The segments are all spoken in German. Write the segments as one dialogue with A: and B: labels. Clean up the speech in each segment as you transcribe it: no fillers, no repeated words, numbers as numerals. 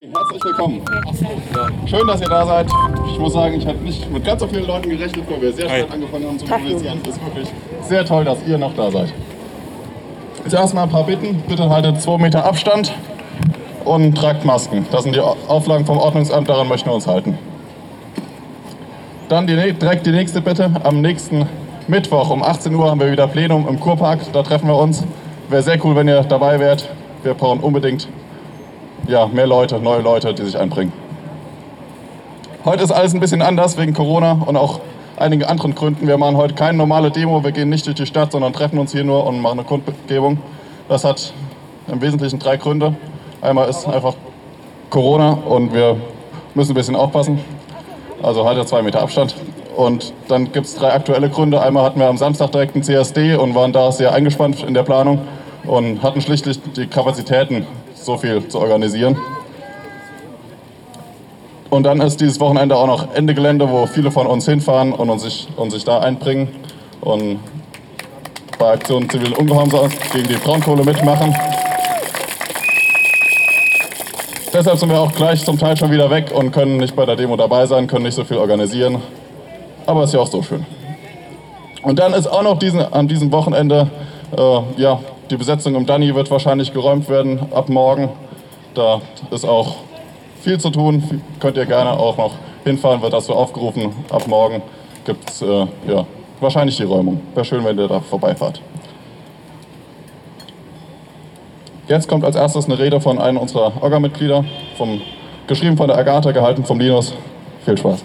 A: Herzlich willkommen. Schön, dass ihr da seid. Ich muss sagen, ich habe nicht mit ganz so vielen Leuten gerechnet, weil wir sehr spät angefangen haben zu mobilisieren. Es ist wirklich sehr toll, dass ihr noch da seid. Zuerst mal ein paar Bitten. Bitte haltet 2 Meter Abstand und tragt Masken. Das sind die Auflagen vom Ordnungsamt, daran möchten wir uns halten. Dann direkt die nächste Bitte. Am nächsten Mittwoch um 18 Uhr haben wir wieder Plenum im Kurpark. Da treffen wir uns. Wäre sehr cool, wenn ihr dabei wärt. Wir brauchen unbedingt mehr Leute, neue Leute, die sich einbringen. Heute ist alles ein bisschen anders wegen Corona und auch einigen anderen Gründen. Wir machen heute keine normale Demo, wir gehen nicht durch die Stadt, sondern treffen uns hier nur und machen eine Kundgebung. Das hat im Wesentlichen 3 Gründe. Einmal ist einfach Corona und wir müssen ein bisschen aufpassen. Also haltet 2 Meter Abstand. Und dann gibt es 3 aktuelle Gründe. Einmal hatten wir am Samstag direkt einen CSD und waren da sehr eingespannt in der Planung und hatten schlichtlich die Kapazitäten, so viel zu organisieren. Und dann ist dieses Wochenende auch noch Ende Gelände, wo viele von uns hinfahren und sich da einbringen und bei Aktionen zivilen Ungehorsams gegen die Braunkohle mitmachen. Deshalb sind wir auch gleich zum Teil schon wieder weg und können nicht bei der Demo dabei sein, können nicht so viel organisieren. Aber ist ja auch so schön. Und dann ist auch noch an diesem Wochenende die Besetzung im Danny wird wahrscheinlich geräumt werden ab morgen. Da ist auch viel zu tun. Könnt ihr gerne auch noch hinfahren, wird das so aufgerufen. Ab morgen gibt es wahrscheinlich die Räumung. Wäre schön, wenn ihr da vorbeifahrt. Jetzt kommt als erstes eine Rede von einem unserer Orga-Mitglieder, geschrieben von der Agatha, gehalten vom Linus. Viel Spaß.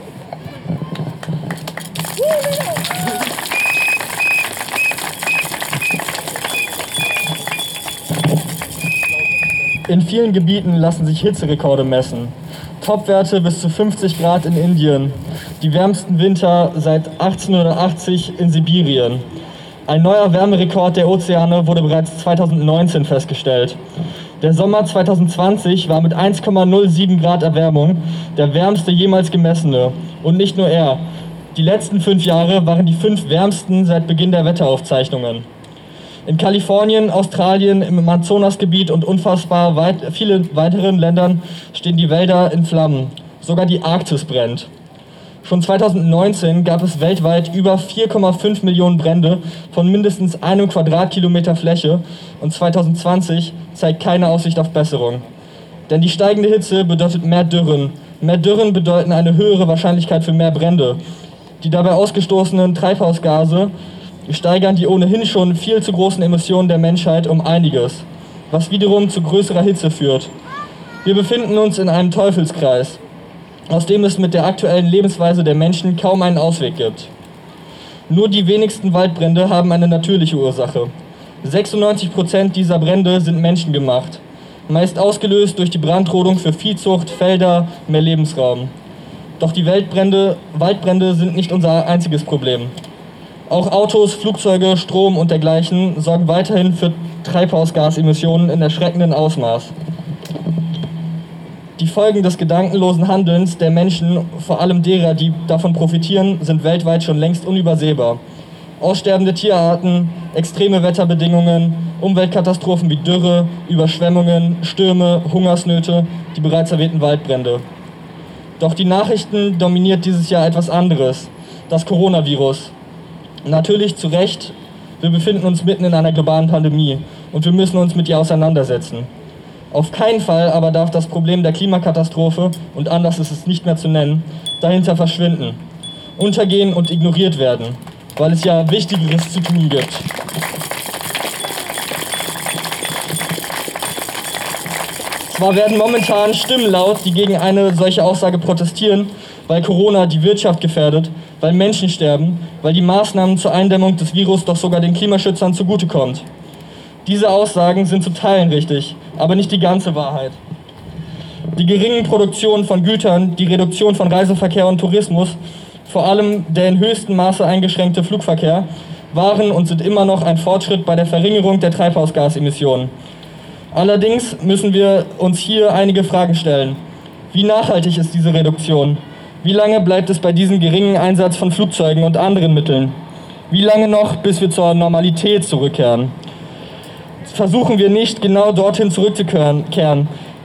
B: In vielen Gebieten lassen sich Hitzerekorde messen. Topwerte bis zu 50 Grad in Indien. Die wärmsten Winter seit 1880 in Sibirien. Ein neuer Wärmerekord der Ozeane wurde bereits 2019 festgestellt. Der Sommer 2020 war mit 1,07 Grad Erwärmung der wärmste jemals gemessene. Und nicht nur er. Die letzten 5 Jahre waren die 5 wärmsten seit Beginn der Wetteraufzeichnungen. In Kalifornien, Australien, im Amazonasgebiet und unfassbar vielen weiteren Ländern stehen die Wälder in Flammen. Sogar die Arktis brennt. Schon 2019 gab es weltweit über 4,5 Millionen Brände von mindestens 1 Quadratkilometer Fläche und 2020 zeigt keine Aussicht auf Besserung. Denn die steigende Hitze bedeutet mehr Dürren. Mehr Dürren bedeuten eine höhere Wahrscheinlichkeit für mehr Brände. Die dabei ausgestoßenen Treibhausgase steigern die ohnehin schon viel zu großen Emissionen der Menschheit um einiges, was wiederum zu größerer Hitze führt. Wir befinden uns in einem Teufelskreis, aus dem es mit der aktuellen Lebensweise der Menschen kaum einen Ausweg gibt. Nur die wenigsten Waldbrände haben eine natürliche Ursache. 96% dieser Brände sind menschengemacht, meist ausgelöst durch die Brandrodung für Viehzucht, Felder, mehr Lebensraum. Doch die Waldbrände sind nicht unser einziges Problem. Auch Autos, Flugzeuge, Strom und dergleichen sorgen weiterhin für Treibhausgasemissionen in erschreckendem Ausmaß. Die Folgen des gedankenlosen Handelns der Menschen, vor allem derer, die davon profitieren, sind weltweit schon längst unübersehbar. Aussterbende Tierarten, extreme Wetterbedingungen, Umweltkatastrophen wie Dürre, Überschwemmungen, Stürme, Hungersnöte, die bereits erwähnten Waldbrände. Doch die Nachrichten dominiert dieses Jahr etwas anderes, das Coronavirus. Natürlich zu Recht, wir befinden uns mitten in einer globalen Pandemie und wir müssen uns mit ihr auseinandersetzen. Auf keinen Fall aber darf das Problem der Klimakatastrophe, und anders ist es nicht mehr zu nennen, dahinter verschwinden, untergehen und ignoriert werden, weil es ja Wichtigeres zu tun gibt. Zwar werden momentan Stimmen laut, die gegen eine solche Aussage protestieren, weil Corona die Wirtschaft gefährdet, weil Menschen sterben, weil die Maßnahmen zur Eindämmung des Virus doch sogar den Klimaschützern zugutekommt. Diese Aussagen sind zu Teilen richtig, aber nicht die ganze Wahrheit. Die geringen Produktionen von Gütern, die Reduktion von Reiseverkehr und Tourismus, vor allem der in höchstem Maße eingeschränkte Flugverkehr, waren und sind immer noch ein Fortschritt bei der Verringerung der Treibhausgasemissionen. Allerdings müssen wir uns hier einige Fragen stellen. Wie nachhaltig ist diese Reduktion? Wie lange bleibt es bei diesem geringen Einsatz von Flugzeugen und anderen Mitteln? Wie lange noch, bis wir zur Normalität zurückkehren? Versuchen wir nicht genau dorthin zurückzukehren,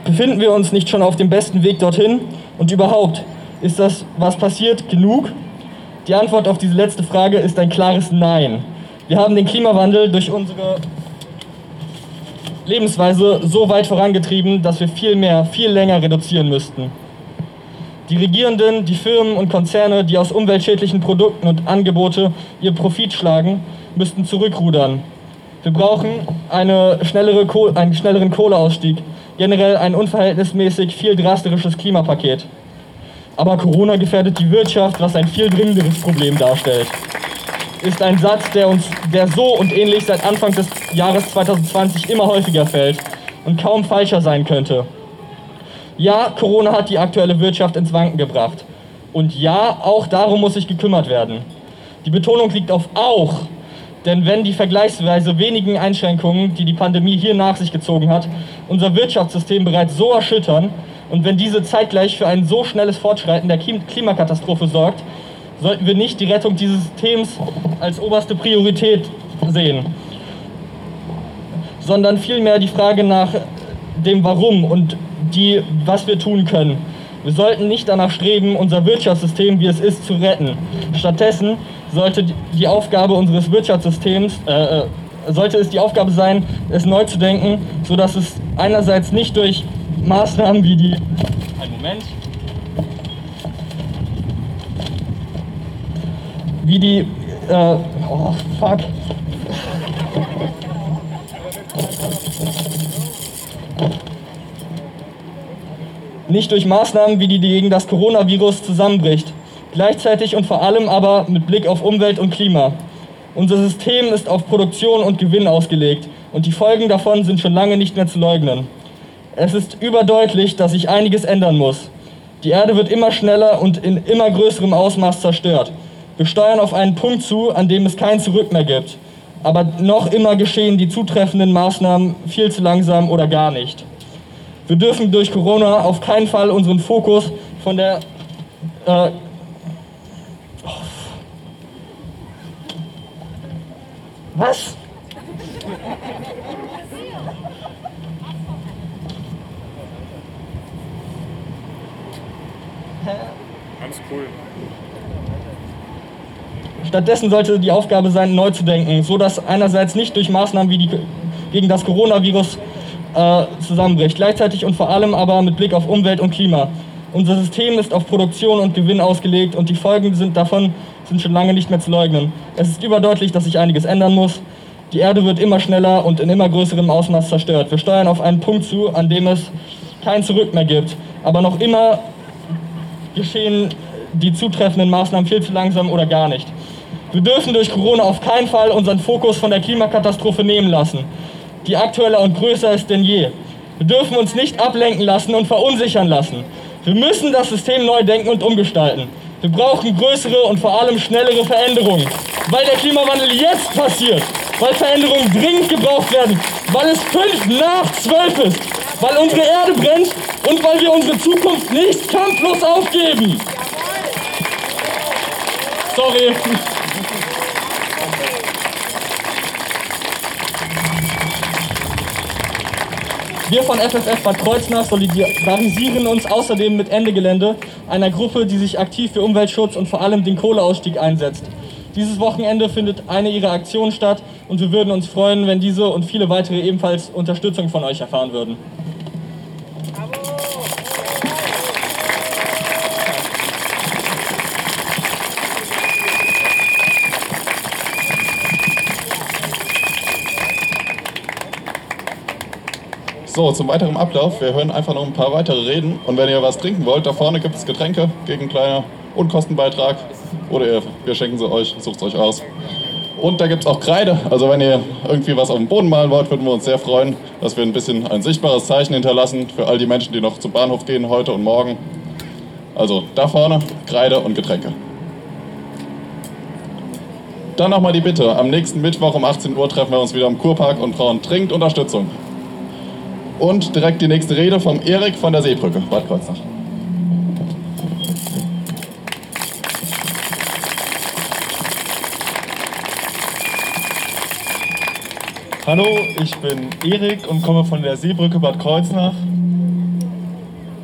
B: Befinden wir uns nicht schon auf dem besten Weg dorthin? Und überhaupt, ist das, was passiert, genug? Die Antwort auf diese letzte Frage ist ein klares Nein. Wir haben den Klimawandel durch unsere Lebensweise so weit vorangetrieben, dass wir viel mehr, viel länger reduzieren müssten. Die Regierenden, die Firmen und Konzerne, die aus umweltschädlichen Produkten und Angebote ihr Profit schlagen, müssten zurückrudern. Wir brauchen einen schnelleren Kohleausstieg, generell ein unverhältnismäßig viel drastisches Klimapaket. Aber Corona gefährdet die Wirtschaft, was ein viel dringenderes Problem darstellt. Ist ein Satz, der so und ähnlich seit Anfang des Jahres 2020 immer häufiger fällt und kaum falscher sein könnte. Ja, Corona hat die aktuelle Wirtschaft ins Wanken gebracht. Und ja, auch darum muss sich gekümmert werden. Die Betonung liegt auf auch, denn wenn die vergleichsweise wenigen Einschränkungen, die die Pandemie hier nach sich gezogen hat, unser Wirtschaftssystem bereits so erschüttern und wenn diese zeitgleich für ein so schnelles Fortschreiten der Klimakatastrophe sorgt, sollten wir nicht die Rettung dieses Systems als oberste Priorität sehen, sondern vielmehr die Frage nach dem Warum und was wir tun können. Wir sollten nicht danach streben, unser Wirtschaftssystem, wie es ist, zu retten. Stattdessen sollte die Aufgabe unseres Wirtschaftssystems, sollte es die Aufgabe sein, es neu zu denken, sodass es einerseits nicht durch Maßnahmen wie die... nicht durch Maßnahmen wie die gegen das Coronavirus zusammenbricht. Gleichzeitig und vor allem aber mit Blick auf Umwelt und Klima. Unser System ist auf Produktion und Gewinn ausgelegt und die Folgen davon sind schon lange nicht mehr zu leugnen. Es ist überdeutlich, dass sich einiges ändern muss. Die Erde wird immer schneller und in immer größerem Ausmaß zerstört. Wir steuern auf einen Punkt zu, an dem es kein Zurück mehr gibt. Aber noch immer geschehen die zutreffenden Maßnahmen viel zu langsam oder gar nicht. Wir dürfen durch Corona auf keinen Fall unseren Fokus von der Was?
C: Ganz cool.
B: Stattdessen sollte die Aufgabe sein, neu zu denken, so dass einerseits nicht durch Maßnahmen wie die gegen das Coronavirus zusammenbricht, gleichzeitig und vor allem aber mit Blick auf Umwelt und Klima. Unser System ist auf Produktion und Gewinn ausgelegt und die Folgen davon sind schon lange nicht mehr zu leugnen. Es ist überdeutlich, dass sich einiges ändern muss. Die Erde wird immer schneller und in immer größerem Ausmaß zerstört. Wir steuern auf einen Punkt zu, an dem es kein Zurück mehr gibt. Aber noch immer geschehen die zutreffenden Maßnahmen viel zu langsam oder gar nicht. Wir dürfen durch Corona auf keinen Fall unseren Fokus von der Klimakatastrophe nehmen lassen, die aktueller und größer ist denn je. Wir dürfen uns nicht ablenken lassen und verunsichern lassen. Wir müssen das System neu denken und umgestalten. Wir brauchen größere und vor allem schnellere Veränderungen, weil der Klimawandel jetzt passiert, weil Veränderungen dringend gebraucht werden, weil es 11:55 ist, weil unsere Erde brennt und weil wir unsere Zukunft nicht kampflos aufgeben. Sorry. Wir von FFF Bad Kreuznach solidarisieren uns außerdem mit Ende Gelände, einer Gruppe, die sich aktiv für Umweltschutz und vor allem den Kohleausstieg einsetzt. Dieses Wochenende findet eine ihrer Aktionen statt und wir würden uns freuen, wenn diese und viele weitere ebenfalls Unterstützung von euch erfahren würden.
A: So, zum weiteren Ablauf. Wir hören einfach noch ein paar weitere Reden. Und wenn ihr was trinken wollt, da vorne gibt es Getränke gegen einen kleinen Unkostenbeitrag. Oder wir schenken sie euch, sucht es euch aus. Und da gibt es auch Kreide. Also wenn ihr irgendwie was auf dem Boden malen wollt, würden wir uns sehr freuen, dass wir ein bisschen ein sichtbares Zeichen hinterlassen für all die Menschen, die noch zum Bahnhof gehen heute und morgen. Also da vorne Kreide und Getränke. Dann nochmal die Bitte. Am nächsten Mittwoch um 18 Uhr treffen wir uns wieder im Kurpark und brauchen dringend Unterstützung. Und direkt die nächste Rede vom Erik von der Seebrücke, Bad Kreuznach.
C: Hallo, ich bin Erik und komme von der Seebrücke Bad Kreuznach.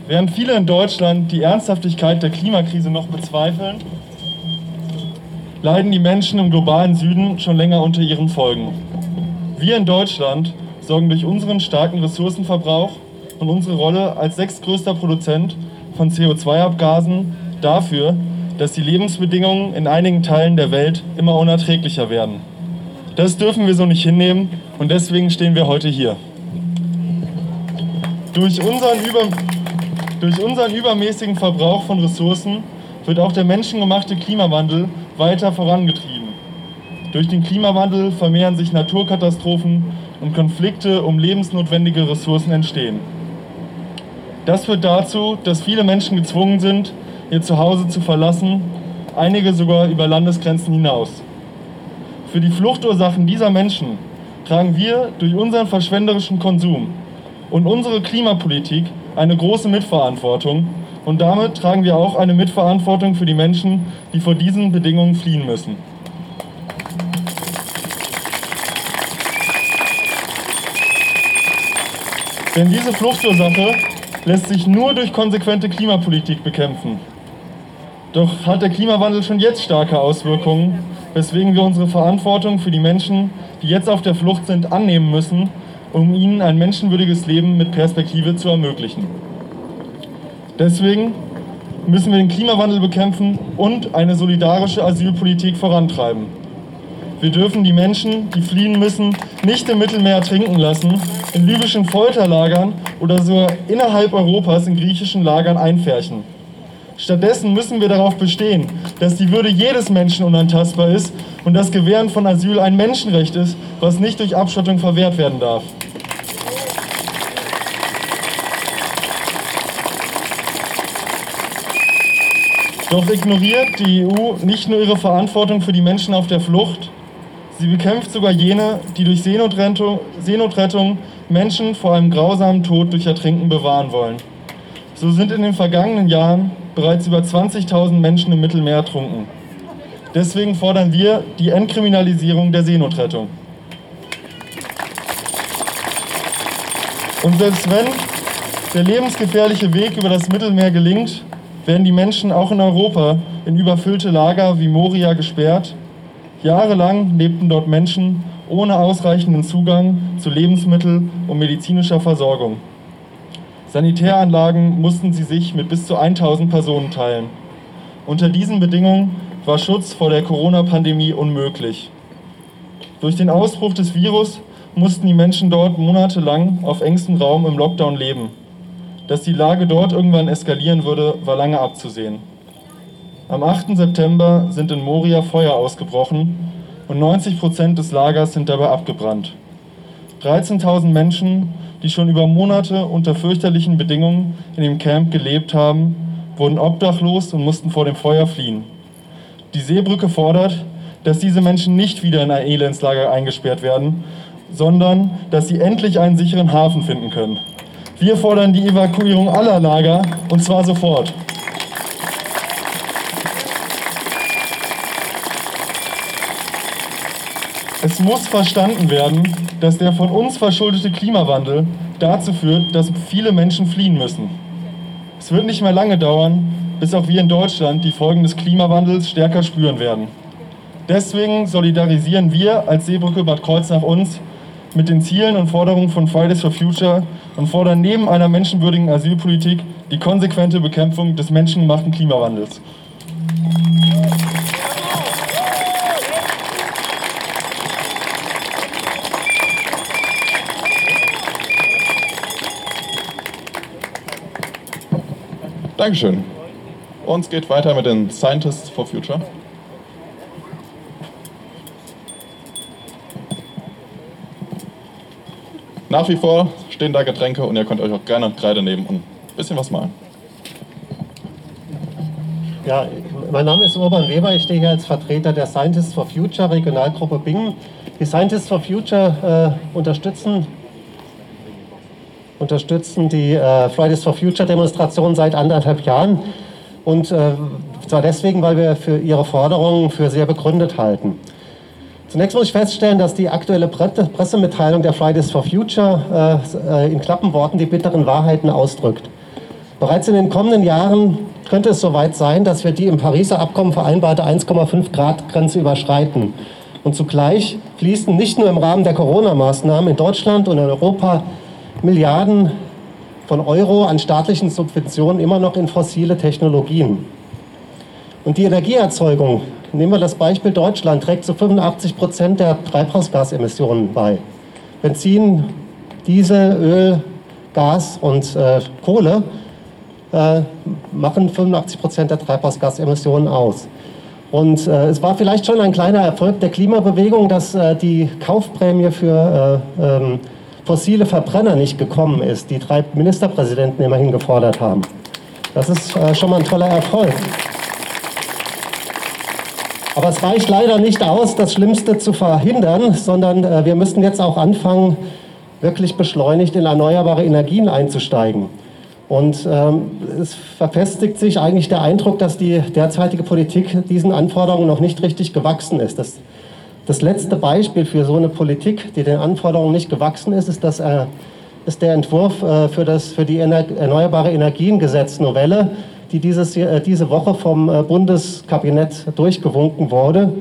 B: Während viele in Deutschland die Ernsthaftigkeit der Klimakrise noch bezweifeln, leiden die Menschen im globalen Süden schon länger unter ihren Folgen. Wir in Deutschland sorgen durch unseren starken Ressourcenverbrauch und unsere Rolle als sechstgrößter Produzent von CO2-Abgasen dafür, dass die Lebensbedingungen in einigen Teilen der Welt immer unerträglicher werden. Das dürfen wir so nicht hinnehmen und deswegen stehen wir heute hier. Durch unseren übermäßigen Verbrauch von Ressourcen wird auch der menschengemachte Klimawandel weiter vorangetrieben. Durch den Klimawandel vermehren sich Naturkatastrophen und Konflikte um lebensnotwendige Ressourcen entstehen. Das führt dazu, dass viele Menschen gezwungen sind, ihr Zuhause zu verlassen, einige sogar über Landesgrenzen hinaus. Für die Fluchtursachen dieser Menschen tragen wir durch unseren verschwenderischen Konsum und unsere Klimapolitik eine große Mitverantwortung und damit tragen wir auch eine Mitverantwortung für die Menschen, die vor diesen Bedingungen fliehen müssen. Denn diese Fluchtursache lässt sich nur durch konsequente Klimapolitik bekämpfen. Doch hat der Klimawandel schon jetzt starke Auswirkungen, weswegen wir unsere Verantwortung für die Menschen, die jetzt auf der Flucht sind, annehmen müssen, um ihnen ein menschenwürdiges Leben mit Perspektive zu ermöglichen. Deswegen müssen wir den Klimawandel bekämpfen und eine solidarische Asylpolitik vorantreiben. Wir dürfen die Menschen, die fliehen müssen, nicht im Mittelmeer ertrinken lassen, in libyschen Folterlagern oder sogar innerhalb Europas in griechischen Lagern einpferchen. Stattdessen müssen wir darauf bestehen, dass die Würde jedes Menschen unantastbar ist und das Gewähren von Asyl ein Menschenrecht ist, was nicht durch Abschottung verwehrt werden darf. Doch ignoriert die EU nicht nur ihre Verantwortung für die Menschen auf der Flucht, sie bekämpft sogar jene, die durch Seenotrettung Menschen vor einem grausamen Tod durch Ertrinken bewahren wollen. So sind in den vergangenen Jahren bereits über 20.000 Menschen im Mittelmeer ertrunken. Deswegen fordern wir die Entkriminalisierung der Seenotrettung. Und selbst wenn der lebensgefährliche Weg über das Mittelmeer gelingt, werden die Menschen auch in Europa in überfüllte Lager wie Moria gesperrt. Jahrelang lebten dort Menschen ohne ausreichenden Zugang zu Lebensmittel- und medizinischer Versorgung. Sanitäranlagen mussten sie sich mit bis zu 1000 Personen teilen. Unter diesen Bedingungen war Schutz vor der Corona-Pandemie unmöglich. Durch den Ausbruch des Virus mussten die Menschen dort monatelang auf engstem Raum im Lockdown leben. Dass die Lage dort irgendwann eskalieren würde, war lange abzusehen. Am 8. September sind in Moria Feuer ausgebrochen und 90% des Lagers sind dabei abgebrannt. 13.000 Menschen, die schon über Monate unter fürchterlichen Bedingungen in dem Camp gelebt haben, wurden obdachlos und mussten vor dem Feuer fliehen. Die Seebrücke fordert, dass diese Menschen nicht wieder in ein Elendslager eingesperrt werden, sondern dass sie endlich einen sicheren Hafen finden können. Wir fordern die Evakuierung aller Lager, und zwar sofort. Es muss verstanden werden, dass der von uns verschuldete Klimawandel dazu führt, dass viele Menschen fliehen müssen. Es wird nicht mehr lange dauern, bis auch wir in Deutschland die Folgen des Klimawandels stärker spüren werden. Deswegen solidarisieren wir als Seebrücke Bad Kreuznach uns mit den Zielen und Forderungen von Fridays for Future und fordern neben einer menschenwürdigen Asylpolitik die konsequente Bekämpfung des menschengemachten Klimawandels.
A: Dankeschön. Und es geht weiter mit den Scientists for Future. Nach wie vor stehen da Getränke und ihr könnt euch auch gerne Kreide nehmen und ein bisschen was malen.
D: Ja, mein Name ist Urban Weber, ich stehe hier als Vertreter der Scientists for Future Regionalgruppe Bingen. Die Scientists for Future unterstützen die Fridays for Future Demonstration seit 1,5 Jahren. Und zwar deswegen, weil wir für ihre Forderungen für sehr begründet halten. Zunächst muss ich feststellen, dass die aktuelle Pressemitteilung der Fridays for Future in knappen Worten die bitteren Wahrheiten ausdrückt. Bereits in den kommenden Jahren könnte es soweit sein, dass wir die im Pariser Abkommen vereinbarte 1,5 Grad Grenze überschreiten. Und zugleich fließen nicht nur im Rahmen der Corona-Maßnahmen in Deutschland und in Europa Milliarden von Euro an staatlichen Subventionen immer noch in fossile Technologien. Und die Energieerzeugung, nehmen wir das Beispiel Deutschland, trägt zu 85% der Treibhausgasemissionen bei. Benzin, Diesel, Öl, Gas und Kohle machen 85% der Treibhausgasemissionen aus. Und es war vielleicht schon ein kleiner Erfolg der Klimabewegung, dass die Kaufprämie für fossile Verbrenner nicht gekommen ist, die 3 Ministerpräsidenten immerhin gefordert haben. Das ist schon mal ein toller Erfolg. Aber es reicht leider nicht aus, das Schlimmste zu verhindern, sondern wir müssen jetzt auch anfangen, wirklich beschleunigt in erneuerbare Energien einzusteigen. Und es verfestigt sich eigentlich der Eindruck, dass die derzeitige Politik diesen Anforderungen noch nicht richtig gewachsen ist. Das letzte Beispiel für so eine Politik, die den Anforderungen nicht gewachsen ist, ist der Entwurf für die Erneuerbare Energiengesetz-Novelle, die diese Woche vom Bundeskabinett durchgewunken wurde.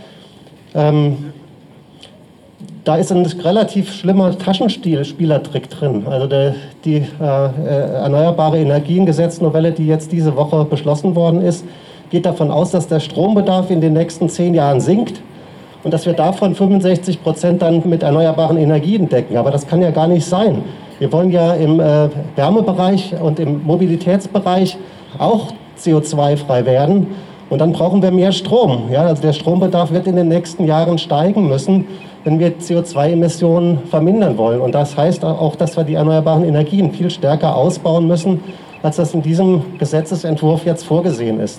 D: Da ist ein relativ schlimmer Taschenspielertrick drin. Also die Erneuerbare Energiengesetz-Novelle, die jetzt diese Woche beschlossen worden ist, geht davon aus, dass der Strombedarf in den nächsten 10 Jahren sinkt und dass wir davon 65% dann mit erneuerbaren Energien decken. Aber das kann ja gar nicht sein. Wir wollen ja im Wärmebereich und im Mobilitätsbereich auch CO2-frei werden. Und dann brauchen wir mehr Strom. Ja, also der Strombedarf wird in den nächsten Jahren steigen müssen, wenn wir CO2-Emissionen vermindern wollen. Und das heißt auch, dass wir die erneuerbaren Energien viel stärker ausbauen müssen, als das in diesem Gesetzesentwurf jetzt vorgesehen ist.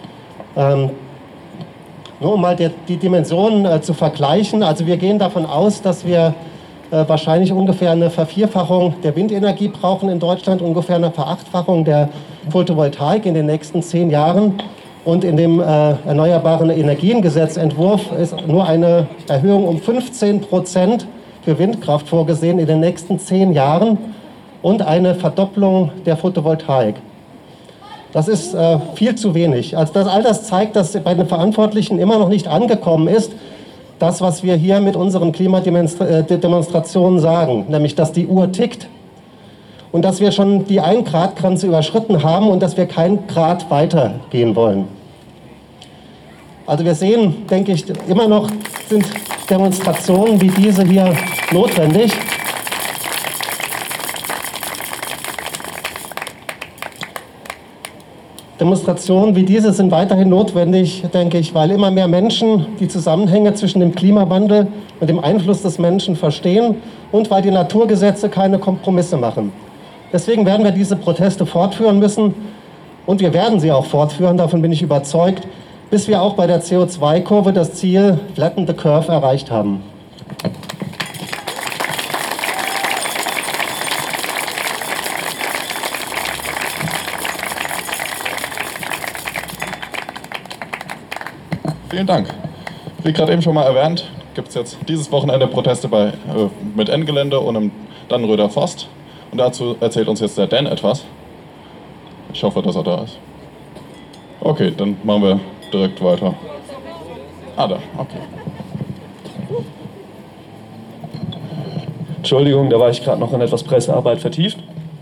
D: Nur um mal die Dimensionen zu vergleichen. Also wir gehen davon aus, dass wir wahrscheinlich ungefähr eine Vervierfachung der Windenergie brauchen in Deutschland, ungefähr eine Verachtfachung der Photovoltaik in den nächsten 10 Jahren. Und in dem Erneuerbaren Energiengesetzentwurf ist nur eine Erhöhung um 15% für Windkraft vorgesehen in den nächsten 10 Jahren und eine Verdopplung der Photovoltaik. Das ist viel zu wenig. Also all das zeigt, dass bei den Verantwortlichen immer noch nicht angekommen ist, das, was wir hier mit unseren Klimademonstrationen sagen, nämlich, dass die Uhr tickt und dass wir schon die 1-Grad-Grenze überschritten haben und dass wir keinen Grad weiter gehen wollen. Also wir sehen, denke ich, immer noch sind Demonstrationen wie diese hier notwendig. Demonstrationen wie diese sind weiterhin notwendig, denke ich, weil immer mehr Menschen die Zusammenhänge zwischen dem Klimawandel und dem Einfluss des Menschen verstehen und weil die Naturgesetze keine Kompromisse machen. Deswegen werden wir diese Proteste fortführen müssen und wir werden sie auch fortführen, davon bin ich überzeugt, bis wir auch bei der CO2-Kurve das Ziel Flatten the Curve erreicht haben.
A: Vielen Dank. Wie gerade eben schon mal erwähnt, gibt es jetzt dieses Wochenende Proteste mit Endgelände und im Dannenröder Forst. Und dazu erzählt uns jetzt der Dan etwas. Ich hoffe, dass er da ist. Okay, dann machen wir direkt weiter. Ah, da, okay.
E: Entschuldigung, da war ich gerade noch in etwas Pressearbeit vertieft.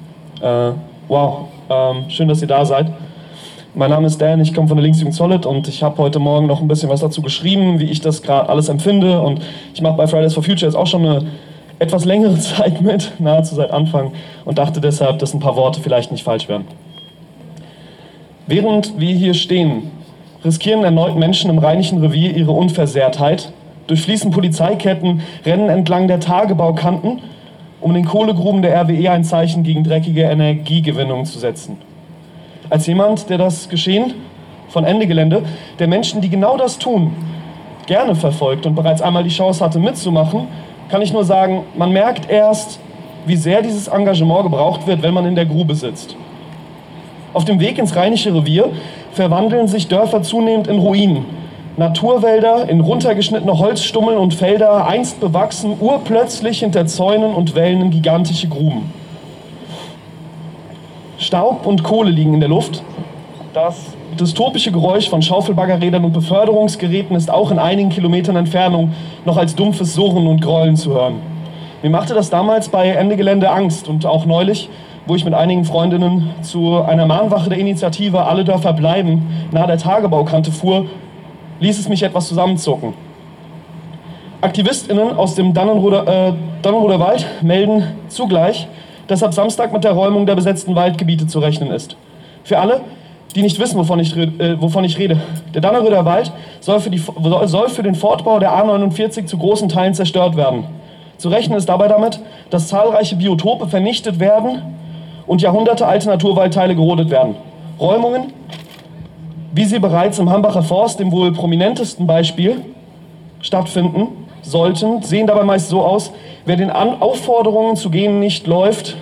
E: Schön, dass ihr da seid. Mein Name ist Dan, ich komme von der Linksjugend Solid und ich habe heute Morgen noch ein bisschen was dazu geschrieben, wie ich das gerade alles empfinde. Und ich mache bei Fridays for Future jetzt auch schon eine etwas längere Zeit mit, nahezu seit Anfang, und dachte deshalb, dass ein paar Worte vielleicht nicht falsch wären. Während wir hier stehen, riskieren erneut Menschen im Rheinischen Revier ihre Unversehrtheit, durchfließen Polizeiketten, rennen entlang der Tagebaukanten, um in den Kohlegruben der RWE ein Zeichen gegen dreckige Energiegewinnung zu setzen. Als jemand, der das Geschehen von Ende Gelände, der Menschen, die genau das tun, gerne verfolgt und bereits einmal die Chance hatte mitzumachen, kann ich nur sagen, man merkt erst, wie sehr dieses Engagement gebraucht wird, wenn man in der Grube sitzt. Auf dem Weg ins Rheinische Revier verwandeln sich Dörfer zunehmend in Ruinen. Naturwälder in runtergeschnittene Holzstummeln und Felder, einst bewachsen, urplötzlich hinter Zäunen und Wällen in gigantische Gruben. Staub und Kohle liegen in der Luft. Das dystopische Geräusch von Schaufelbaggerrädern und Beförderungsgeräten ist auch in einigen Kilometern Entfernung noch als dumpfes Surren und Grollen zu hören. Mir machte das damals bei Ende Gelände Angst und auch neulich, wo ich mit einigen Freundinnen zu einer Mahnwache der Initiative Alle Dörfer bleiben nahe der Tagebaukante fuhr, ließ es mich etwas zusammenzucken. AktivistInnen aus dem Dannenroder Wald melden zugleich, dass ab Samstag mit der Räumung der besetzten Waldgebiete zu rechnen ist. Für alle, die nicht wissen, wovon ich rede. Der Dannenroder Wald soll für den Fortbau der A49 zu großen Teilen zerstört werden. Zu rechnen ist dabei damit, dass zahlreiche Biotope vernichtet werden und jahrhundertealte Naturwaldteile gerodet werden. Räumungen, wie sie bereits im Hambacher Forst, dem wohl prominentesten Beispiel, stattfinden sollten, sehen dabei meist so aus: Wer nach den Aufforderungen zu gehen nicht läuft,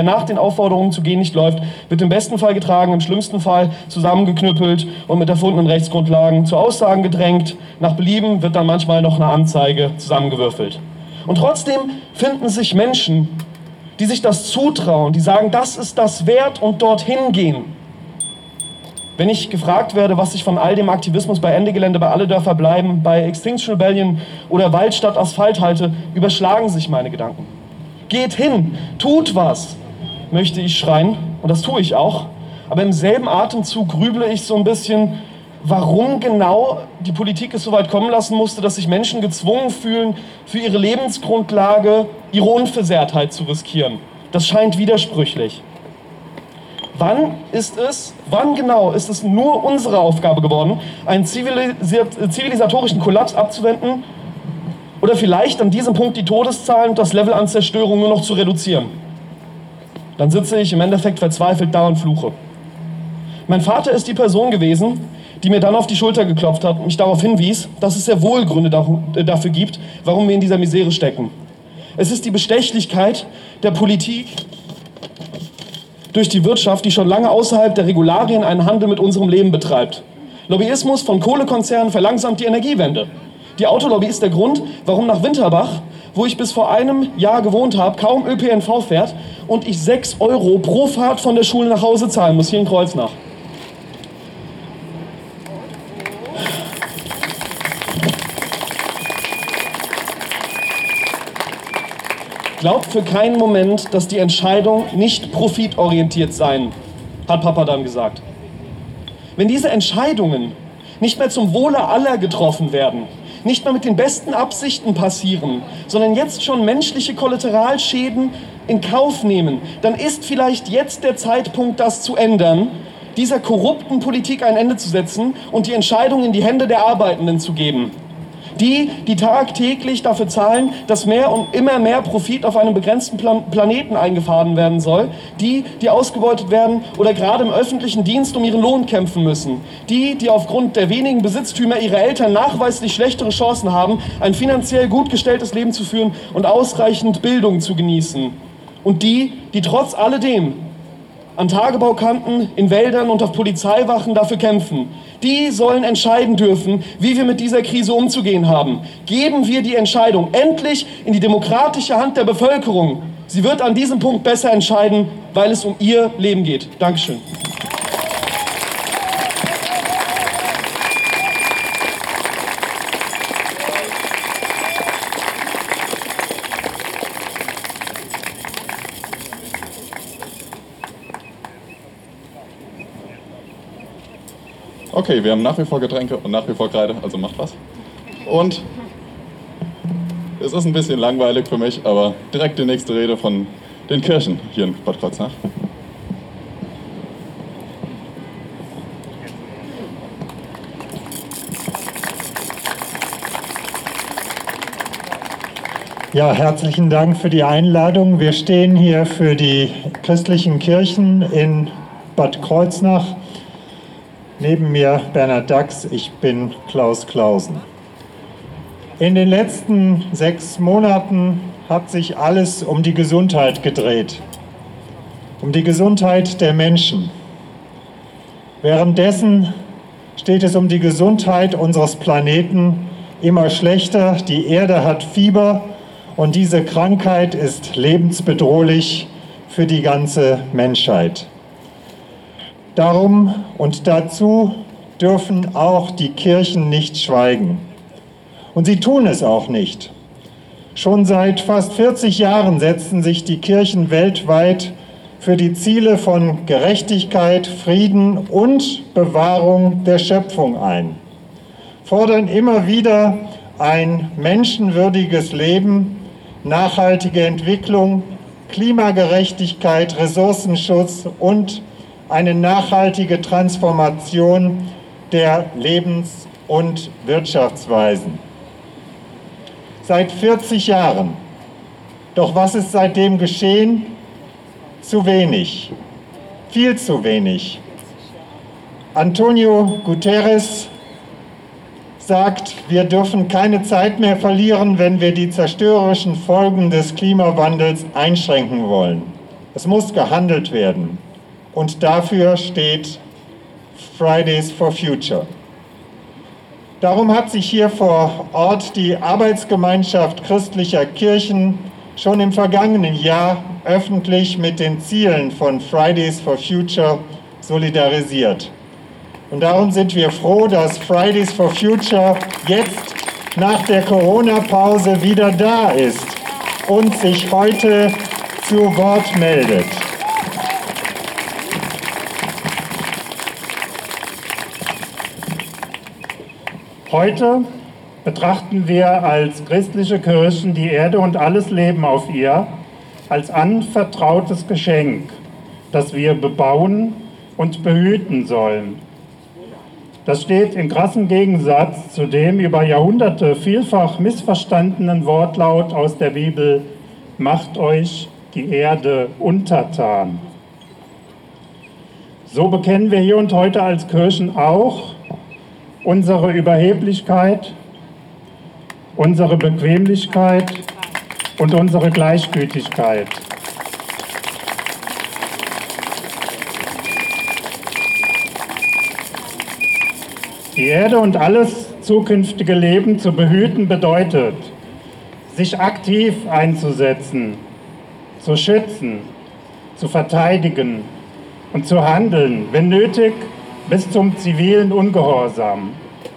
E: wird im besten Fall getragen, im schlimmsten Fall zusammengeknüppelt und mit erfundenen Rechtsgrundlagen zu Aussagen gedrängt. Nach Belieben wird dann manchmal noch eine Anzeige zusammengewürfelt. Und trotzdem finden sich Menschen, die sich das zutrauen, die sagen, das ist das wert und dorthin gehen. Wenn ich gefragt werde, was ich von all dem Aktivismus bei Ende Gelände, bei Alle Dörfer bleiben, bei Extinction Rebellion oder Wald statt Asphalt halte, überschlagen sich meine Gedanken. Geht hin, tut was, möchte ich schreien, und das tue ich auch. Aber im selben Atemzug grüble ich so ein bisschen, warum genau die Politik es so weit kommen lassen musste, dass sich Menschen gezwungen fühlen, für ihre Lebensgrundlage ihre Unversehrtheit zu riskieren. Das scheint widersprüchlich. Wann genau ist es nur unsere Aufgabe geworden, einen zivilisatorischen Kollaps abzuwenden oder vielleicht an diesem Punkt die Todeszahlen und das Level an Zerstörung nur noch zu reduzieren? Dann sitze ich im Endeffekt verzweifelt da und fluche. Mein Vater ist die Person gewesen, die mir dann auf die Schulter geklopft hat und mich darauf hinwies, dass es sehr wohl Gründe dafür gibt, warum wir in dieser Misere stecken. Es ist die Bestechlichkeit der Politik durch die Wirtschaft, die schon lange außerhalb der Regularien einen Handel mit unserem Leben betreibt. Lobbyismus von Kohlekonzernen verlangsamt die Energiewende. Die Autolobby ist der Grund, warum nach Winterbach, wo ich bis vor einem Jahr gewohnt habe, kaum ÖPNV fährt und ich 6 € pro Fahrt von der Schule nach Hause zahlen muss, hier in Kreuznach. Glaubt für keinen Moment, dass die Entscheidung nicht profitorientiert sein, hat Papa dann gesagt. Wenn diese Entscheidungen nicht mehr zum Wohle aller getroffen werden, nicht mehr mit den besten Absichten passieren, sondern jetzt schon menschliche Kollateralschäden in Kauf nehmen, dann ist vielleicht jetzt der Zeitpunkt, das zu ändern, dieser korrupten Politik ein Ende zu setzen und die Entscheidung in die Hände der Arbeitenden zu geben. Die tagtäglich dafür zahlen, dass mehr und immer mehr Profit auf einem begrenzten Planeten eingefahren werden soll, die ausgebeutet werden oder gerade im öffentlichen Dienst um ihren Lohn kämpfen müssen, die aufgrund der wenigen Besitztümer ihrer Eltern nachweislich schlechtere Chancen haben, ein finanziell gut gestelltes Leben zu führen und ausreichend Bildung zu genießen, und die trotz alledem an Tagebaukanten, in Wäldern und auf Polizeiwachen dafür kämpfen. Die sollen entscheiden dürfen, wie wir mit dieser Krise umzugehen haben. Geben wir die Entscheidung endlich in die demokratische Hand der Bevölkerung. Sie wird an diesem Punkt besser entscheiden, weil es um ihr Leben geht. Dankeschön.
A: Okay, wir haben nach wie vor Getränke und nach wie vor Kreide, also macht was. Und es ist ein bisschen langweilig für mich, aber direkt die nächste Rede von den Kirchen hier in Bad Kreuznach.
F: Ja, herzlichen Dank für die Einladung. Wir stehen hier für die christlichen Kirchen in Bad Kreuznach. Neben mir Bernhard Dachs, ich bin Klaus Clausen. In den letzten 6 Monaten hat sich alles um die Gesundheit gedreht, um die Gesundheit der Menschen. Währenddessen steht es um die Gesundheit unseres Planeten immer schlechter. Die Erde hat Fieber und diese Krankheit ist lebensbedrohlich für die ganze Menschheit. Darum und dazu dürfen auch die Kirchen nicht schweigen. Und sie tun es auch nicht. Schon seit fast 40 Jahren setzen sich die Kirchen weltweit für die Ziele von Gerechtigkeit, Frieden und Bewahrung der Schöpfung ein, fordern immer wieder ein menschenwürdiges Leben, nachhaltige Entwicklung, Klimagerechtigkeit, Ressourcenschutz und eine nachhaltige Transformation der Lebens- und Wirtschaftsweisen. Seit 40 Jahren. Doch was ist seitdem geschehen? Zu wenig. Viel zu wenig. Antonio Guterres sagt, wir dürfen keine Zeit mehr verlieren, wenn wir die zerstörerischen Folgen des Klimawandels einschränken wollen. Es muss gehandelt werden. Und dafür steht Fridays for Future. Darum hat sich hier vor Ort die Arbeitsgemeinschaft christlicher Kirchen schon im vergangenen Jahr öffentlich mit den Zielen von Fridays for Future solidarisiert. Und darum sind wir froh, dass Fridays for Future jetzt nach der Corona-Pause wieder da ist und sich heute zu Wort meldet. Heute betrachten wir als christliche Kirchen die Erde und alles Leben auf ihr als anvertrautes Geschenk, das wir bebauen und behüten sollen. Das steht in krassem Gegensatz zu dem über Jahrhunderte vielfach missverstandenen Wortlaut aus der Bibel: Macht euch die Erde untertan. So bekennen wir hier und heute als Kirchen auch unsere Überheblichkeit, unsere Bequemlichkeit und unsere Gleichgültigkeit. Die Erde und alles zukünftige Leben zu behüten bedeutet, sich aktiv einzusetzen, zu schützen, zu verteidigen und zu handeln, wenn nötig, bis zum zivilen Ungehorsam.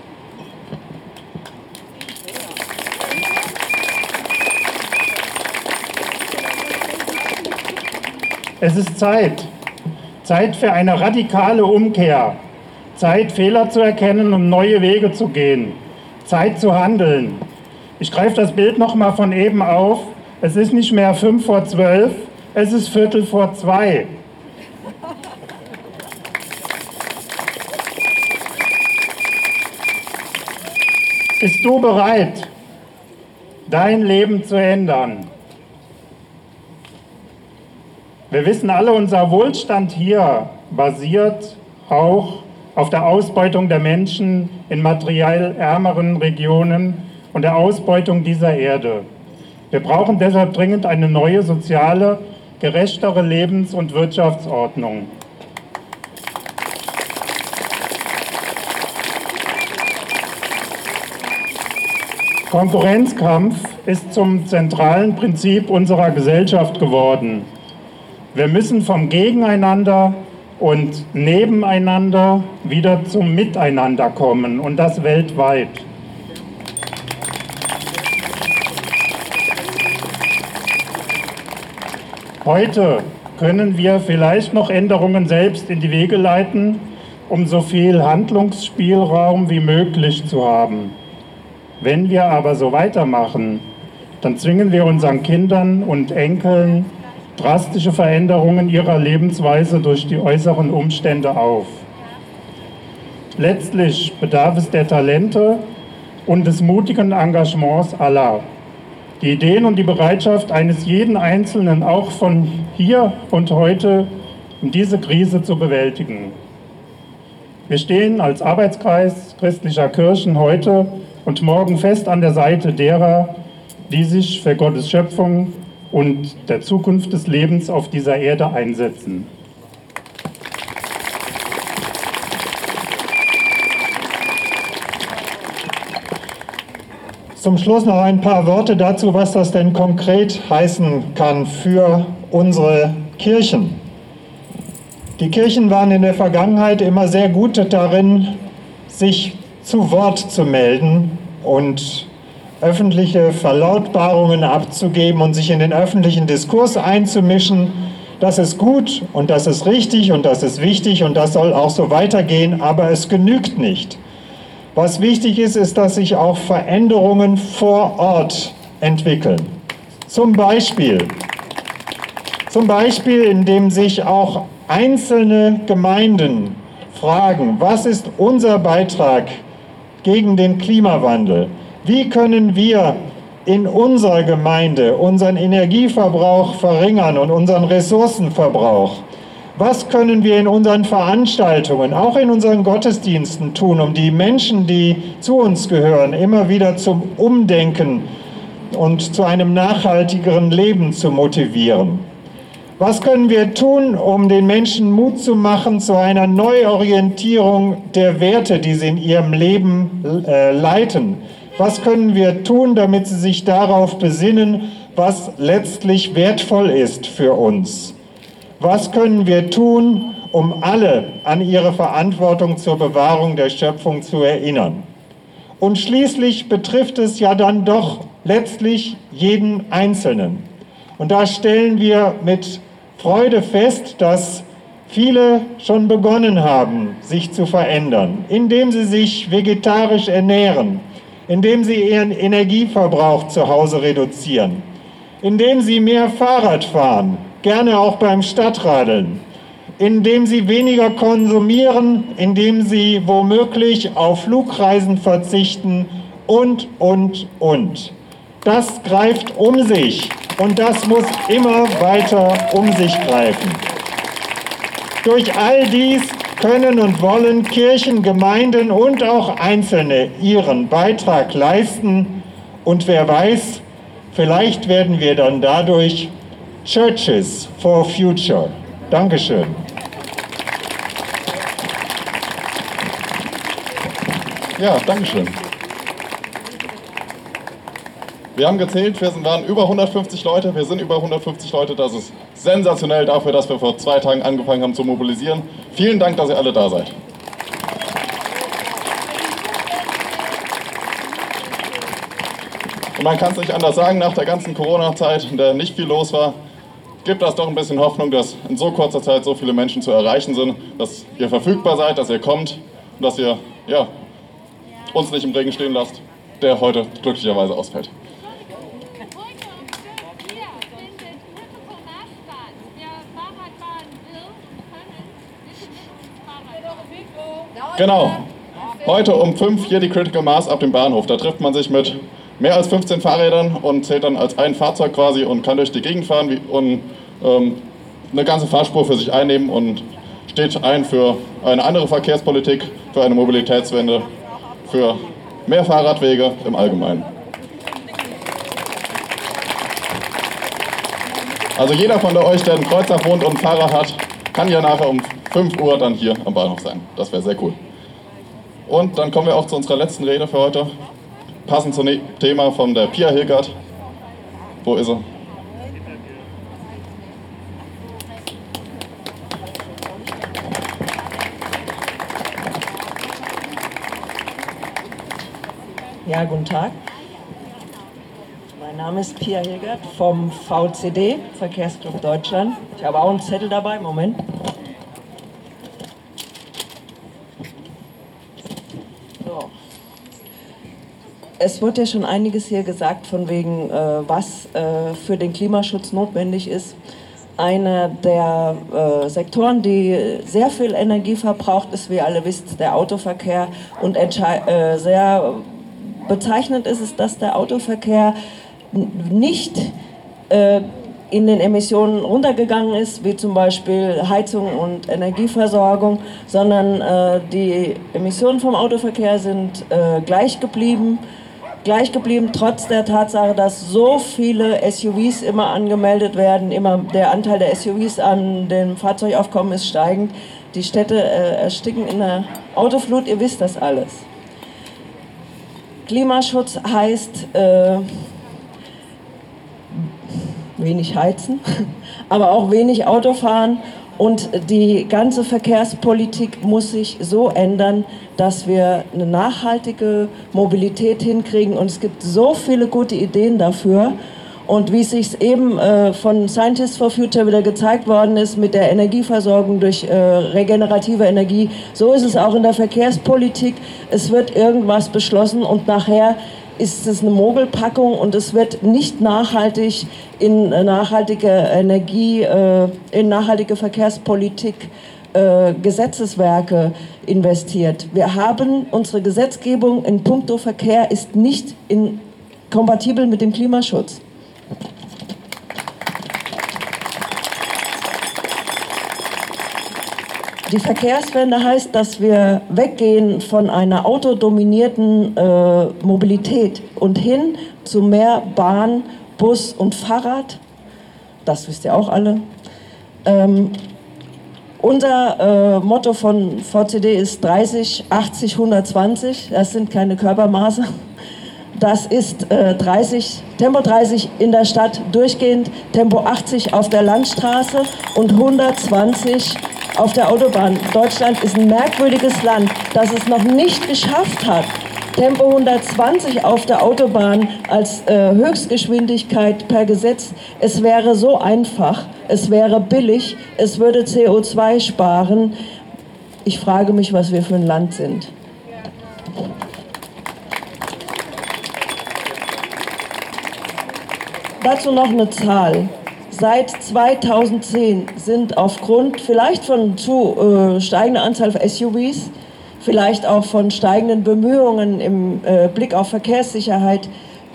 F: Es ist Zeit für eine radikale Umkehr, Zeit, Fehler zu erkennen und neue Wege zu gehen, Zeit zu handeln. Ich greife das Bild nochmal von eben auf. Es ist nicht mehr 11:55, es ist 1:45. Bist du bereit, dein Leben zu ändern? Wir wissen alle, unser Wohlstand hier basiert auch auf der Ausbeutung der Menschen in materiell ärmeren Regionen und der Ausbeutung dieser Erde. Wir brauchen deshalb dringend eine neue, soziale, gerechtere Lebens- und Wirtschaftsordnung. Konkurrenzkampf ist zum zentralen Prinzip unserer Gesellschaft geworden. Wir müssen vom Gegeneinander und Nebeneinander wieder zum Miteinander kommen, und das weltweit. Heute können wir vielleicht noch Änderungen selbst in die Wege leiten, um so viel Handlungsspielraum wie möglich zu haben. Wenn wir aber so weitermachen, dann zwingen wir unseren Kindern und Enkeln drastische Veränderungen ihrer Lebensweise durch die äußeren Umstände auf. Letztlich bedarf es der Talente und des mutigen Engagements aller. Die Ideen und die Bereitschaft eines jeden Einzelnen, auch von hier und heute, diese Krise zu bewältigen. Wir stehen als Arbeitskreis christlicher Kirchen heute und morgen fest an der Seite derer, die sich für Gottes Schöpfung und der Zukunft des Lebens auf dieser Erde einsetzen. Zum Schluss noch ein paar Worte dazu, was das denn konkret heißen kann für unsere Kirchen. Die Kirchen waren in der Vergangenheit immer sehr gut darin, sich zu Wort zu melden und öffentliche Verlautbarungen abzugeben und sich in den öffentlichen Diskurs einzumischen. Das ist gut und das ist richtig und das ist wichtig und das soll auch so weitergehen, aber es genügt nicht. Was wichtig ist, ist, dass sich auch Veränderungen vor Ort entwickeln. Zum Beispiel, indem sich auch einzelne Gemeinden fragen, was ist unser Beitrag gegen den Klimawandel? Wie können wir in unserer Gemeinde unseren Energieverbrauch verringern und unseren Ressourcenverbrauch? Was können wir in unseren Veranstaltungen, auch in unseren Gottesdiensten tun, um die Menschen, die zu uns gehören, immer wieder zum Umdenken und zu einem nachhaltigeren Leben zu motivieren? Was können wir tun, um den Menschen Mut zu machen zu einer Neuorientierung der Werte, die sie in ihrem Leben leiten? Was können wir tun, damit sie sich darauf besinnen, was letztlich wertvoll ist für uns? Was können wir tun, um alle an ihre Verantwortung zur Bewahrung der Schöpfung zu erinnern? Und schließlich betrifft es ja dann doch letztlich jeden Einzelnen. Und da stellen wir mit Freude fest, dass viele schon begonnen haben, sich zu verändern, indem sie sich vegetarisch ernähren, indem sie ihren Energieverbrauch zu Hause reduzieren, indem sie mehr Fahrrad fahren, gerne auch beim Stadtradeln, indem sie weniger konsumieren, indem sie womöglich auf Flugreisen verzichten und. Das greift um sich und das muss immer weiter um sich greifen. Durch all dies können und wollen Kirchen, Gemeinden und auch Einzelne ihren Beitrag leisten. Und wer weiß, vielleicht werden wir dann dadurch Churches for Future. Dankeschön.
A: Ja, Dankeschön. Wir haben gezählt, wir waren über 150 Leute, wir sind über 150 Leute, das ist sensationell dafür, dass wir vor 2 Tagen angefangen haben zu mobilisieren. Vielen Dank, dass ihr alle da seid. Und man kann es nicht anders sagen, nach der ganzen Corona-Zeit, in der nicht viel los war, gibt das doch ein bisschen Hoffnung, dass in so kurzer Zeit so viele Menschen zu erreichen sind, dass ihr verfügbar seid, dass ihr kommt und dass ihr uns nicht im Regen stehen lasst, der heute glücklicherweise ausfällt. Genau. Heute um 5 hier die Critical Mass ab dem Bahnhof. Da trifft man sich mit mehr als 15 Fahrrädern und zählt dann als ein Fahrzeug quasi und kann durch die Gegend fahren und eine ganze Fahrspur für sich einnehmen und steht ein für eine andere Verkehrspolitik, für eine Mobilitätswende, für mehr Fahrradwege im Allgemeinen. Also jeder von euch, der in Kreuznach wohnt und ein Fahrrad hat, kann ja nachher um 5 Uhr dann hier am Bahnhof sein. Das wäre sehr cool. Und dann kommen wir auch zu unserer letzten Rede für heute. Passend zum Thema von der Pia Hilgert. Wo ist sie?
G: Ja, guten Tag. Mein Name ist Pia Hilgert vom VCD, Verkehrsclub Deutschland. Ich habe auch einen Zettel dabei, Moment. So. Es wurde ja schon einiges hier gesagt, von wegen, was für den Klimaschutz notwendig ist. Einer der Sektoren, die sehr viel Energie verbraucht, ist, wie ihr alle wisst, der Autoverkehr. Und sehr bezeichnend ist es, dass der Autoverkehr nicht in den Emissionen runtergegangen ist, wie zum Beispiel Heizung und Energieversorgung, sondern die Emissionen vom Autoverkehr sind gleich geblieben, trotz der Tatsache, dass so viele SUVs immer angemeldet werden, immer der Anteil der SUVs an dem Fahrzeugaufkommen ist steigend. Die Städte ersticken in der Autoflut, ihr wisst das alles. Klimaschutz heißt wenig heizen, aber auch wenig Autofahren Und die ganze Verkehrspolitik muss sich so ändern, dass wir eine nachhaltige Mobilität hinkriegen. Und es gibt so viele gute Ideen dafür. Und wie es sich eben von Scientists for Future wieder gezeigt worden ist mit der Energieversorgung durch regenerative Energie, so ist es auch in der Verkehrspolitik. Es wird irgendwas beschlossen und nachher ist es eine Mogelpackung und es wird nicht nachhaltig in nachhaltige Energie, in nachhaltige Verkehrspolitik, Gesetzeswerke investiert. Wir haben, unsere Gesetzgebung in puncto Verkehr ist nicht kompatibel mit dem Klimaschutz. Die Verkehrswende heißt, dass wir weggehen von einer autodominierten Mobilität und hin zu mehr Bahn, Bus und Fahrrad. Das wisst ihr auch alle. Unser Motto von VCD ist 30, 80, 120. Das sind keine Körpermaße. Das ist Tempo 30 in der Stadt durchgehend, Tempo 80 auf der Landstraße und 120 auf der Autobahn. Deutschland ist ein merkwürdiges Land, das es noch nicht geschafft hat, Tempo 120 auf der Autobahn als Höchstgeschwindigkeit per Gesetz. Es wäre so einfach, es wäre billig, es würde CO2 sparen. Ich frage mich, was wir für ein Land sind. Dazu noch eine Zahl. Seit 2010 sind aufgrund vielleicht von steigender Anzahl von SUVs, vielleicht auch von steigenden Bemühungen im Blick auf Verkehrssicherheit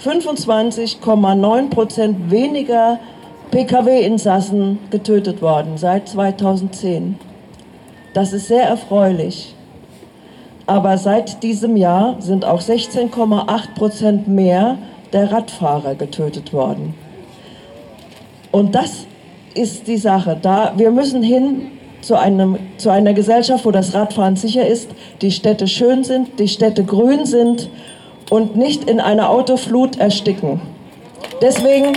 G: 25,9% weniger Pkw-Insassen getötet worden seit 2010. Das ist sehr erfreulich. Aber seit diesem Jahr sind auch 16,8% mehr der Radfahrer getötet worden. Und das ist die Sache. Wir müssen hin zu einer Gesellschaft, wo das Radfahren sicher ist, die Städte schön sind, die Städte grün sind und nicht in einer Autoflut ersticken. Deswegen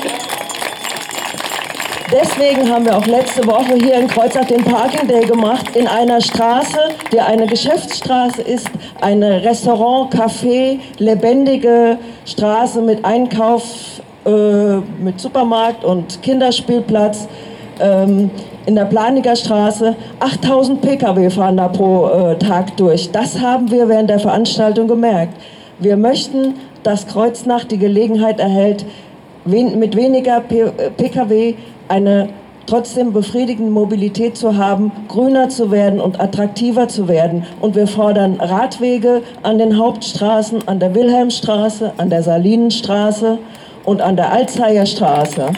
G: haben wir auch letzte Woche hier in Kreuznach den Parking Day gemacht, in einer Straße, die eine Geschäftsstraße ist, eine Restaurant-, Café-, lebendige Straße mit Einkauf, mit Supermarkt und Kinderspielplatz, in der Planiger Straße. 8000 Pkw fahren da pro Tag durch. Das haben wir während der Veranstaltung gemerkt. Wir möchten, dass Kreuznach die Gelegenheit erhält, mit weniger Pkw eine trotzdem befriedigende Mobilität zu haben, grüner zu werden und attraktiver zu werden. Und wir fordern Radwege an den Hauptstraßen, an der Wilhelmstraße, an der Salinenstraße und an der Alzheimerstraße.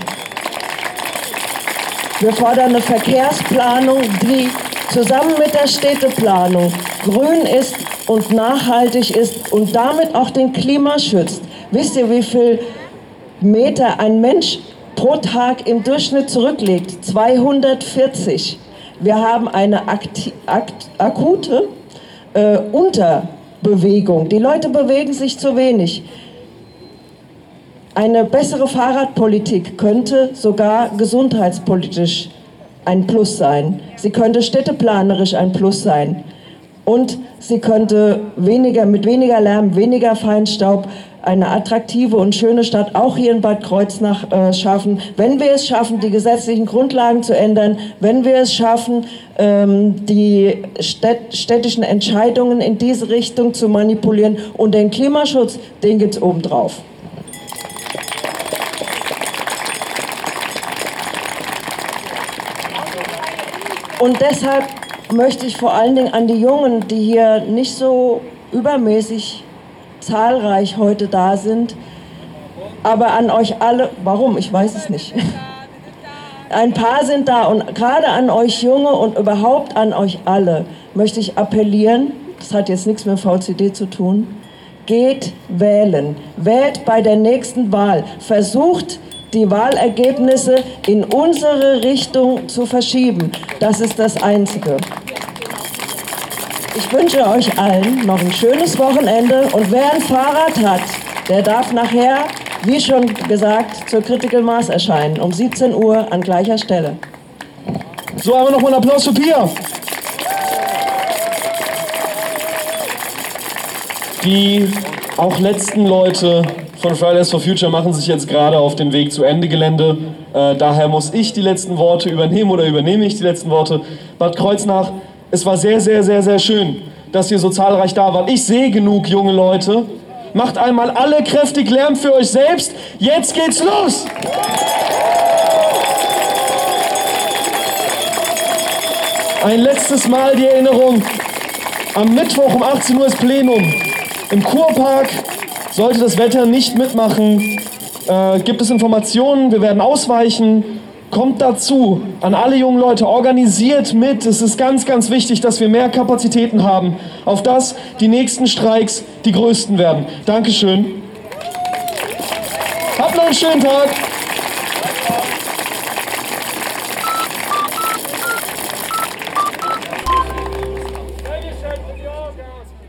G: Wir fordern eine Verkehrsplanung, die zusammen mit der Städteplanung grün ist und nachhaltig ist und damit auch den Klima schützt. Wisst ihr, wie viel Meter ein Mensch pro Tag im Durchschnitt zurücklegt? 240. Wir haben eine akute Unterbewegung. Die Leute bewegen sich zu wenig. Eine bessere Fahrradpolitik könnte sogar gesundheitspolitisch ein Plus sein. Sie könnte städteplanerisch ein Plus sein. Und sie könnte mit weniger Lärm, weniger Feinstaub eine attraktive und schöne Stadt auch hier in Bad Kreuznach schaffen. Wenn wir es schaffen, die gesetzlichen Grundlagen zu ändern, wenn wir es schaffen, die städtischen Entscheidungen in diese Richtung zu manipulieren und den Klimaschutz, den gibt es obendrauf. Und deshalb möchte ich vor allen Dingen an die Jungen, die hier nicht so übermäßig zahlreich heute da sind, aber an euch alle, warum, ich weiß es nicht. Ein paar sind da und gerade an euch Junge und überhaupt an euch alle möchte ich appellieren, das hat jetzt nichts mit VCD zu tun, geht wählen, wählt bei der nächsten Wahl, versucht die Wahlergebnisse in unsere Richtung zu verschieben. Das ist das Einzige. Ich wünsche euch allen noch ein schönes Wochenende und wer ein Fahrrad hat, der darf nachher, wie schon gesagt, zur Critical Mass erscheinen, um 17 Uhr an gleicher Stelle.
E: So, aber nochmal einen Applaus für Pia. Die auch letzten Leute von Fridays for Future machen sich jetzt gerade auf den Weg zu Ende Gelände. Daher muss ich die letzten Worte übernehmen oder übernehme ich die letzten Worte. Bad Kreuznach, es war sehr, sehr, sehr, sehr schön, dass ihr so zahlreich da wart. Ich sehe genug junge Leute. Macht einmal alle kräftig Lärm für euch selbst. Jetzt geht's los! Ein letztes Mal die Erinnerung. Am Mittwoch um 18 Uhr ist Plenum. Im Kurpark, sollte das Wetter nicht mitmachen, gibt es Informationen, wir werden ausweichen. Kommt dazu, an alle jungen Leute, organisiert mit. Es ist ganz, ganz wichtig, dass wir mehr Kapazitäten haben, auf das die nächsten Streiks die größten werden. Dankeschön. Habt noch einen schönen Tag.
C: Dankeschön für die Orgas.